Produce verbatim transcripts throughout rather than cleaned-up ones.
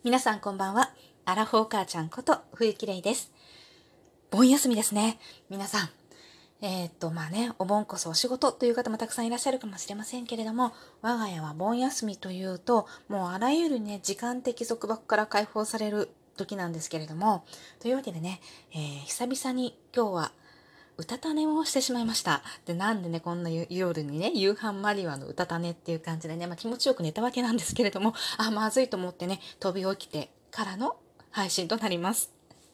皆さんこんばんは。アラフォー母ちゃんこと冬木玲です。盆休みですね。皆さん。えー、っと、まあね、お盆こそお仕事という方もたくさんいらっしゃるかもしれませんけれども、我が家は盆休みというと、もうあらゆるね、時間的束縛から解放される時なんですけれども、というわけでね、えー、久々に今日はうたた寝をしてしまいました。で、なんでね、こんな夜にね、夕飯間際のうたた寝っていう感じでね、まあ気持ちよく寝たわけなんですけれども、あ、まずいと思ってね、飛び起きてからの配信となります。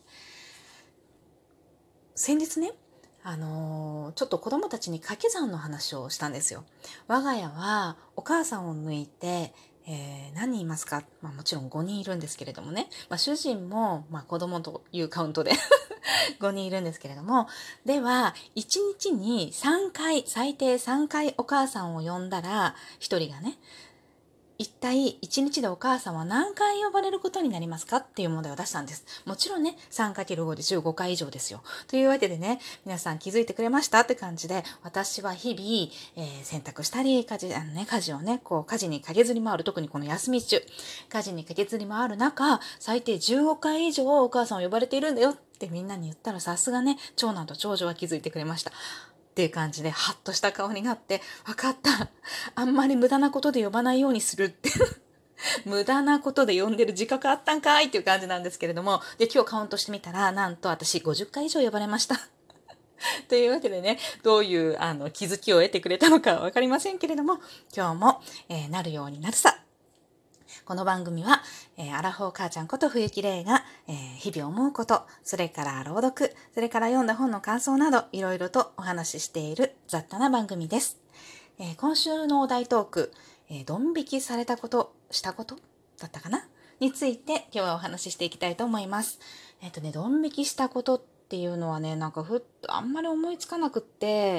先日ね、あのー、ちょっと子供たちに掛け算の話をしたんですよ。我が家はお母さんを抜いて、えー、何人いますか、まあ、もちろんごにんいるんですけれどもね、まあ、主人も、まあ、子供というカウントでごにんいるんですけれども、では、いちにちにさんかい、最低さんかいお母さんを呼んだら、ひとりがね、一体いちにちでお母さんは何回呼ばれることになりますかっていう問題を出したんです。もちろんね、さんかけるご でじゅうごかい以上ですよ。というわけでね、皆さん気づいてくれましたって感じで、私は日々、えー、洗濯したり、家事、あのね、家事をね、こう、家事に駆けずり回る、特にこの休み中、家事に駆けずり回る中、最低じゅうごかい以上お母さんを呼ばれているんだよってみんなに言ったら、さすがね、長男と長女は気づいてくれました。っていう感じでハッとした顔になって、分かった。あんまり無駄なことで呼ばないようにするって無駄なことで呼んでる自覚あったんかいっていう感じなんですけれども、で、今日カウントしてみたら、なんと私ごじゅっかい以上呼ばれました。というわけでね、どういうあの気づきを得てくれたのかわかりませんけれども、今日も、えー、なるようになるさ。この番組は、えー、アラフォー母ちゃんこと冬木玲が、えー、日々思うこと、それから朗読、それから読んだ本の感想など、いろいろとお話ししている雑多な番組です。えー、今週のお題トーク、えー、ドン引きされたこと、したことだったかなについて今日はお話ししていきたいと思います。えっとね、ドン引きしたことっていうのはね、なんかふっとあんまり思いつかなくって、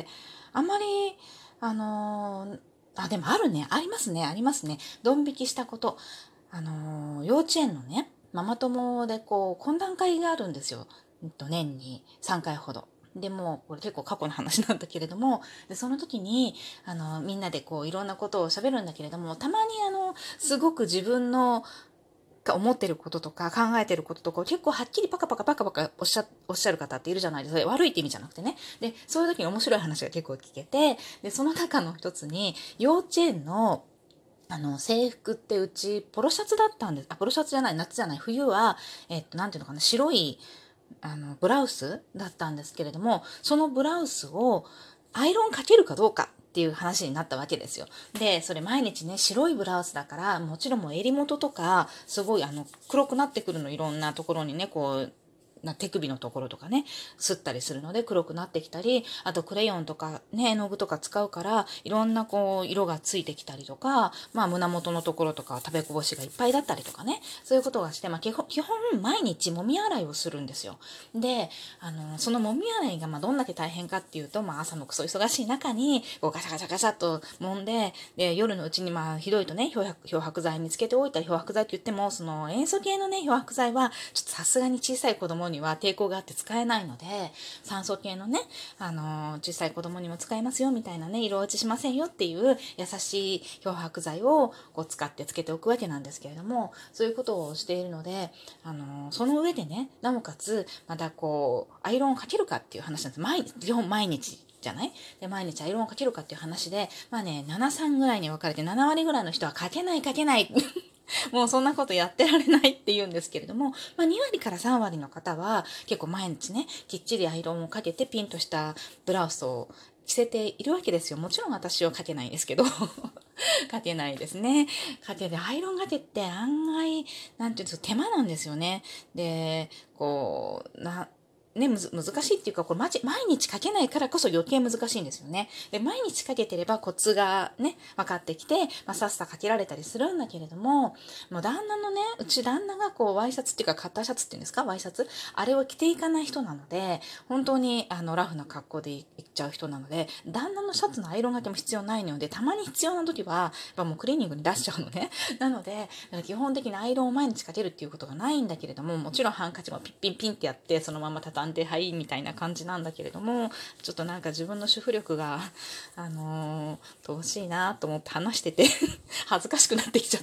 あんまり、あのー、あ、でもあるね。ありますね。ありますね。ドン引きしたこと。あのー、幼稚園のね、ママ友でこう、懇談会があるんですよ。年にさんかいほど。でも、これ結構過去の話なんだけれども、でその時に、あの、みんなでこう、いろんなことを喋るんだけれども、たまにあの、すごく自分の、思ってることとか考えてることとか結構はっきりパカパカパカパカおっしゃおっしゃる方っているじゃないですか。悪いって意味じゃなくてね。で、そういう時に面白い話が結構聞けて、で、その中の一つに、幼稚園のあの、制服ってうち、ポロシャツだったんです。あ、ポロシャツじゃない、夏じゃない、冬は、えっと、なんていうのかな、白い、あの、ブラウスだったんですけれども、そのブラウスをアイロンかけるかどうかっていう話になったわけですよ。で、それ毎日ね、白いブラウスだから、もちろんもう襟元とか、すごいあの、黒くなってくるの、いろんなところにね、こう、な手首のところとかね、吸ったりするので黒くなってきたり、あとクレヨンとかね、絵の具とか使うから、いろんなこう、色がついてきたりとか、まあ胸元のところとかは食べこぼしがいっぱいだったりとかね、そういうことがして、まあ基本、基本毎日もみ洗いをするんですよ。で、あの、そのもみ洗いがまあどんだけ大変かっていうと、まあ朝のクソ忙しい中に、こうガシャガシャガシャっと揉んで、で、夜のうちにまあひどいとね、漂白、漂白剤見つけておいた漂白剤って言っても、その塩素系のね、漂白剤は、ちょっとさすがに小さい子供には抵抗があって使えないので、酸素系のね、あのー、小さい子供にも使えますよみたいなね、色落ちしませんよっていう優しい漂白剤をこう使ってつけておくわけなんですけれども、そういうことをしているので、あのー、その上でね、なおかつ、またこう、アイロンをかけるかっていう話なんです。毎日、基本毎日。じゃないで、毎日アイロンをかけるかっていう話で、まあね、ななさんぐらいに分かれてななわりぐらいの人はかけないかけないもうそんなことやってられないって言うんですけれども、まあ、にわりからさんわりの方は結構毎日ね、きっちりアイロンをかけてピンとしたブラウスを着せているわけですよ。もちろん私はかけないんですけどかけないですね。かけて、アイロンかけって案外、なんていうんですか、手間なんですよね。で、こう、な、ね、むず、難しいっていうか、これ、毎日かけないからこそ余計難しいんですよね。で、毎日かけてればコツがね、分かってきて、まあ、さっさかけられたりするんだけれども、もう旦那のね、うち旦那がこう、ワイシャツっていうか、カッターシャツっていうんですか、ワイシャツあれを着ていかない人なので、本当に、あの、ラフな格好で行っちゃう人なので、旦那のシャツのアイロンがけも必要ないので、たまに必要な時は、やっぱもうクリーニングに出しちゃうのね。なので、基本的にアイロンを毎日かけるっていうことがないんだけれども、もちろんハンカチもピッピンピンってやって、そのまま畳んで、はい、みたいな感じなんだけれども、ちょっとなんか自分の主婦力が、あのー、乏しいなと思って話してて恥ずかしくなってきちゃった。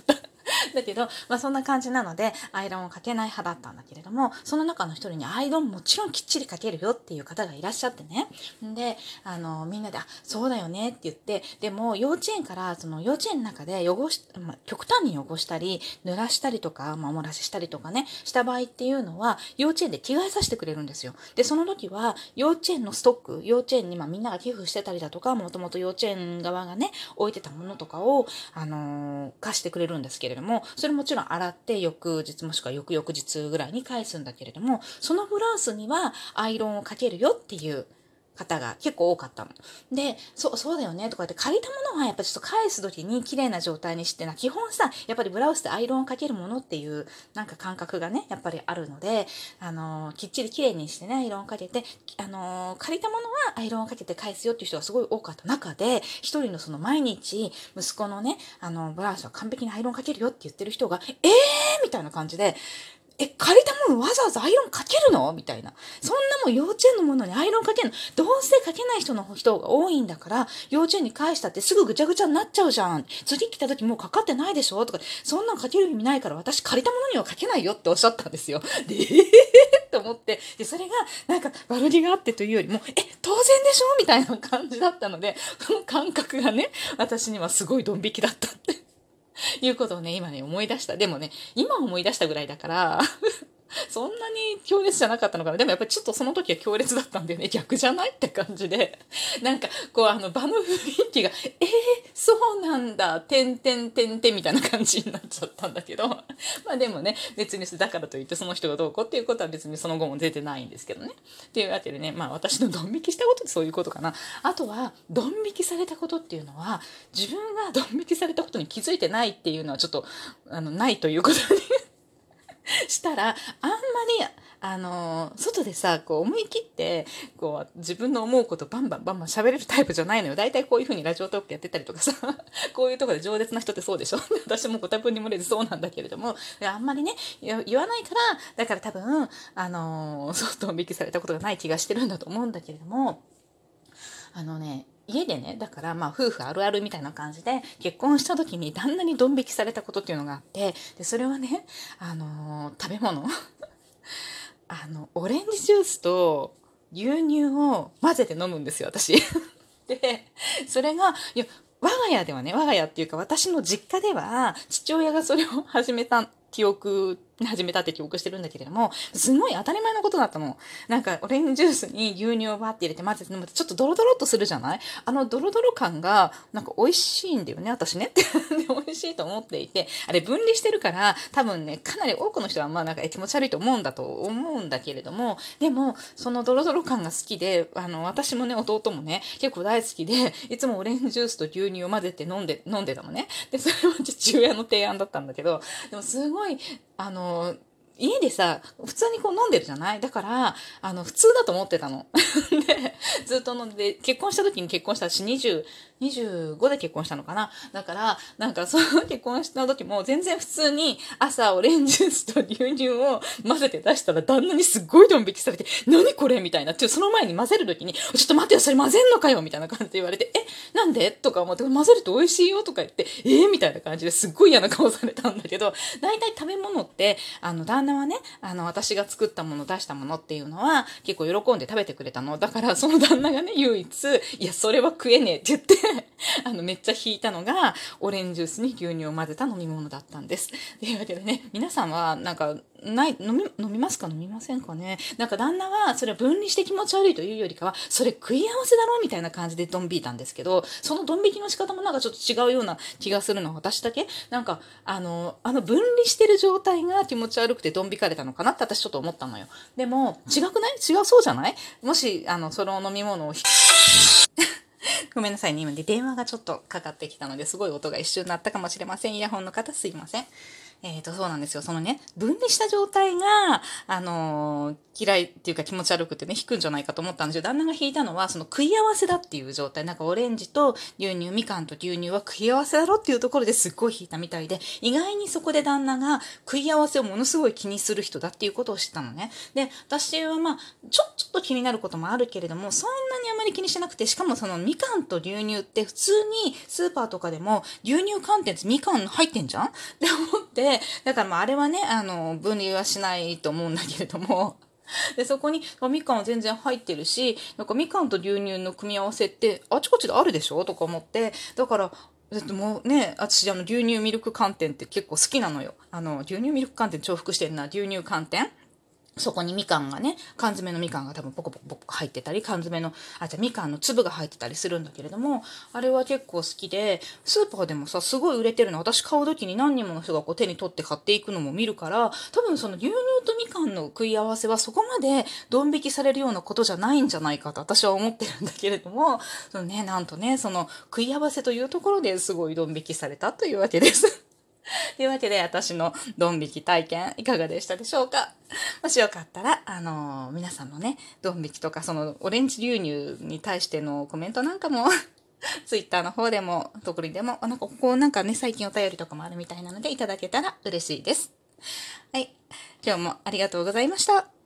だけど、まあそんな感じなので、アイロンをかけない派だったんだけれども、その中の一人にアイロンもちろんきっちりかけるよっていう方がいらっしゃってね。で、あの、みんなで、あ、そうだよねって言って、でも幼稚園から、その幼稚園の中で汚し、まあ、極端に汚したり、濡らしたりとか、まあ、お漏らししたりとかね、した場合っていうのは、幼稚園で着替えさせてくれるんですよ。で、その時は、幼稚園のストック、幼稚園にまあみんなが寄付してたりだとか、もともと幼稚園側がね、置いてたものとかを、あのー貸してくれるんですけれども、それもちろん洗って翌日もしくは翌々日ぐらいに返すんだけれども、そのブラウスにはアイロンをかけるよっていう方が結構多かったの。で、そう、そうだよねとか言って借りたものはやっぱちょっと返す時に綺麗な状態にしてな、基本さ、やっぱりブラウスでアイロンをかけるものっていうなんか感覚がね、やっぱりあるので、あのー、きっちり綺麗にしてね、アイロンをかけて、あのー、借りたものはアイロンをかけて返すよっていう人がすごい多かった中で、一人のその毎日、息子のね、あの、ブラウスは完璧にアイロンかけるよって言ってる人が、えーみたいな感じで、え、借りたものわざわざアイロンかけるのみたいな。そんなもん幼稚園のものにアイロンかけるのどうせかけない人の人が多いんだから、幼稚園に返したってすぐぐちゃぐちゃになっちゃうじゃん。次来た時もうかかってないでしょとか、そんなんかける意味ないから私借りたものにはかけないよっておっしゃったんですよ。で、えーと思って、で、それがなんか悪気があってというよりも、え、当然でしょみたいな感じだったので、その感覚がね、私にはすごいドン引きだったって。いうことをね、今ね、思い出した。でもね、今思い出したぐらいだから、そんなに強烈じゃなかったのかな。でもやっぱりちょっとその時は強烈だったんだよね。逆じゃないって感じで。なんか、こう、あの、場の雰囲気が、えー、そうなんだ、てんてんてんてんみたいな感じになっちゃったんだけど。まあでもね、別にだからといってその人がどうこうっていうことは別にその後も出てないんですけどね。っていうわけでね、まあ私のドン引きしたことってそういうことかな。あとは、ドン引きされたことっていうのは、自分がドン引きされたことに気づいてないっていうのはちょっと、あの、ないということにしたら、あんまり、あのー、外でさ、こう思い切って、こう、自分の思うことバンバンバンバン喋れるタイプじゃないのよ。大体こういう風にラジオトークやってたりとかさ、こういうところで饒舌な人ってそうでしょ私もご多分に漏れずそうなんだけれども、あんまりね、言わないから、だから多分、あのー、そうと引きされたことがない気がしてるんだと思うんだけれども、あのね、家でね、だからまあ夫婦あるあるみたいな感じで結婚した時に旦那にドン引きされたことっていうのがあって、で、それはね、あのー、食べ物あの、オレンジジュースと牛乳を混ぜて飲むんですよ、私。で、それが、いや、我が家ではね、我が家っていうか私の実家では父親がそれを始めた記憶始めたって記憶してるんだけれども、すごい当たり前のことだったの。なんか、オレンジジュースに牛乳をバーって入れて混ぜて飲むとちょっとドロドロっとするじゃない？あのドロドロ感が、なんか美味しいんだよね、私ね。で美味しいと思っていて、あれ分離してるから、多分ね、かなり多くの人はまあなんか気持ち悪いと思うんだと思うんだけれども、でも、そのドロドロ感が好きで、あの、私もね、弟もね、結構大好きで、いつもオレンジジュースと牛乳を混ぜて飲んで、飲んでたのね。で、それは父親の提案だったんだけど、でもすごい、あの、家でさ、普通にこう飲んでるじゃないだから、あの、普通だと思ってたの。で、ずっと飲んで、結婚した時に結婚したし、にじゅう、にじゅうごで結婚したのかなだから、なんかその結婚した時も全然普通に朝オレンジジュースと牛乳を混ぜて出したら旦那にすっごいドン引きされて、何これみたいな。ってその前に混ぜる時に、ちょっと待ってよ、それ混ぜんのかよみたいな感じで言われて、え、なんでとか思って、混ぜると美味しいよとか言って、えー、みたいな感じですっごい嫌な顔されたんだけど、大体食べ物って、あの、旦那はね、あの、私が作ったもの出したものっていうのは結構喜んで食べてくれたの。だからその旦那がね、唯一、いや、それは食えねえって言って、あの、めっちゃ引いたのが、オレンジジュースに牛乳を混ぜた飲み物だったんです。というわけでね、皆さんは、なんか、ない、飲み、飲みますか飲みませんかね。なんか旦那は、それは分離して気持ち悪いというよりかは、それ食い合わせだろみたいな感じでドン引いたんですけど、そのドン引きの仕方もなんかちょっと違うような気がするのは私だけなんか、あの、あの分離してる状態が気持ち悪くてドン引かれたのかなって私ちょっと思ったのよ。でも、違くない違うそうじゃないもし、あの、その飲み物をごめんなさいね。今で電話がちょっとかかってきたので、すごい音が一瞬鳴ったかもしれません。イヤホンの方すいません。 えーと、そうなんですよ。そのね、分離した状態が、あのー嫌いっていうか気持ち悪くてね、引くんじゃないかと思ったんですよ。旦那が引いたのは、その食い合わせだっていう状態。なんかオレンジと牛乳、みかんと牛乳は食い合わせだろっていうところですっごい引いたみたいで、意外にそこで旦那が食い合わせをものすごい気にする人だっていうことを知ったのね。で、私はまあ、ちょ、ちょっと気になることもあるけれども、そんなにあまり気にしてなくて、しかもそのみかんと牛乳って普通にスーパーとかでも牛乳寒天ってみかん入ってんじゃんって思って、だからまああれはね、あの、分離はしないと思うんだけれども、で、そこに、みかんは全然入ってるし、なんかみかんと牛乳の組み合わせってあちこちであるでしょとか思って、だから、だってもうね、私あの牛乳ミルク寒天って結構好きなのよ。あの、牛乳ミルク寒天重複してるな、牛乳寒天。そこにみかんがね、缶詰のみかんが多分ポコポコポコ入ってたり、缶詰の、あ、じゃあみかんの粒が入ってたりするんだけれども、あれは結構好きで、スーパーでもさ、すごい売れてるの。私買う時に何人もの人がこう手に取って買っていくのも見るから、多分その牛乳とみかんの食い合わせはそこまでドン引きされるようなことじゃないんじゃないかと私は思ってるんだけれども、そのね、なんとね、その食い合わせというところですごいドン引きされたというわけです。というわけで、私のドン引き体験いかがでしたでしょうか。もしよかったら、あのー皆さんのね、ドン引きとか、そのオレンジ牛乳に対してのコメントなんかも、ツイッターの方でも、特にでも、なんかここなんかね、最近お便りとかもあるみたいなので、いただけたら嬉しいです。はい。今日もありがとうございました。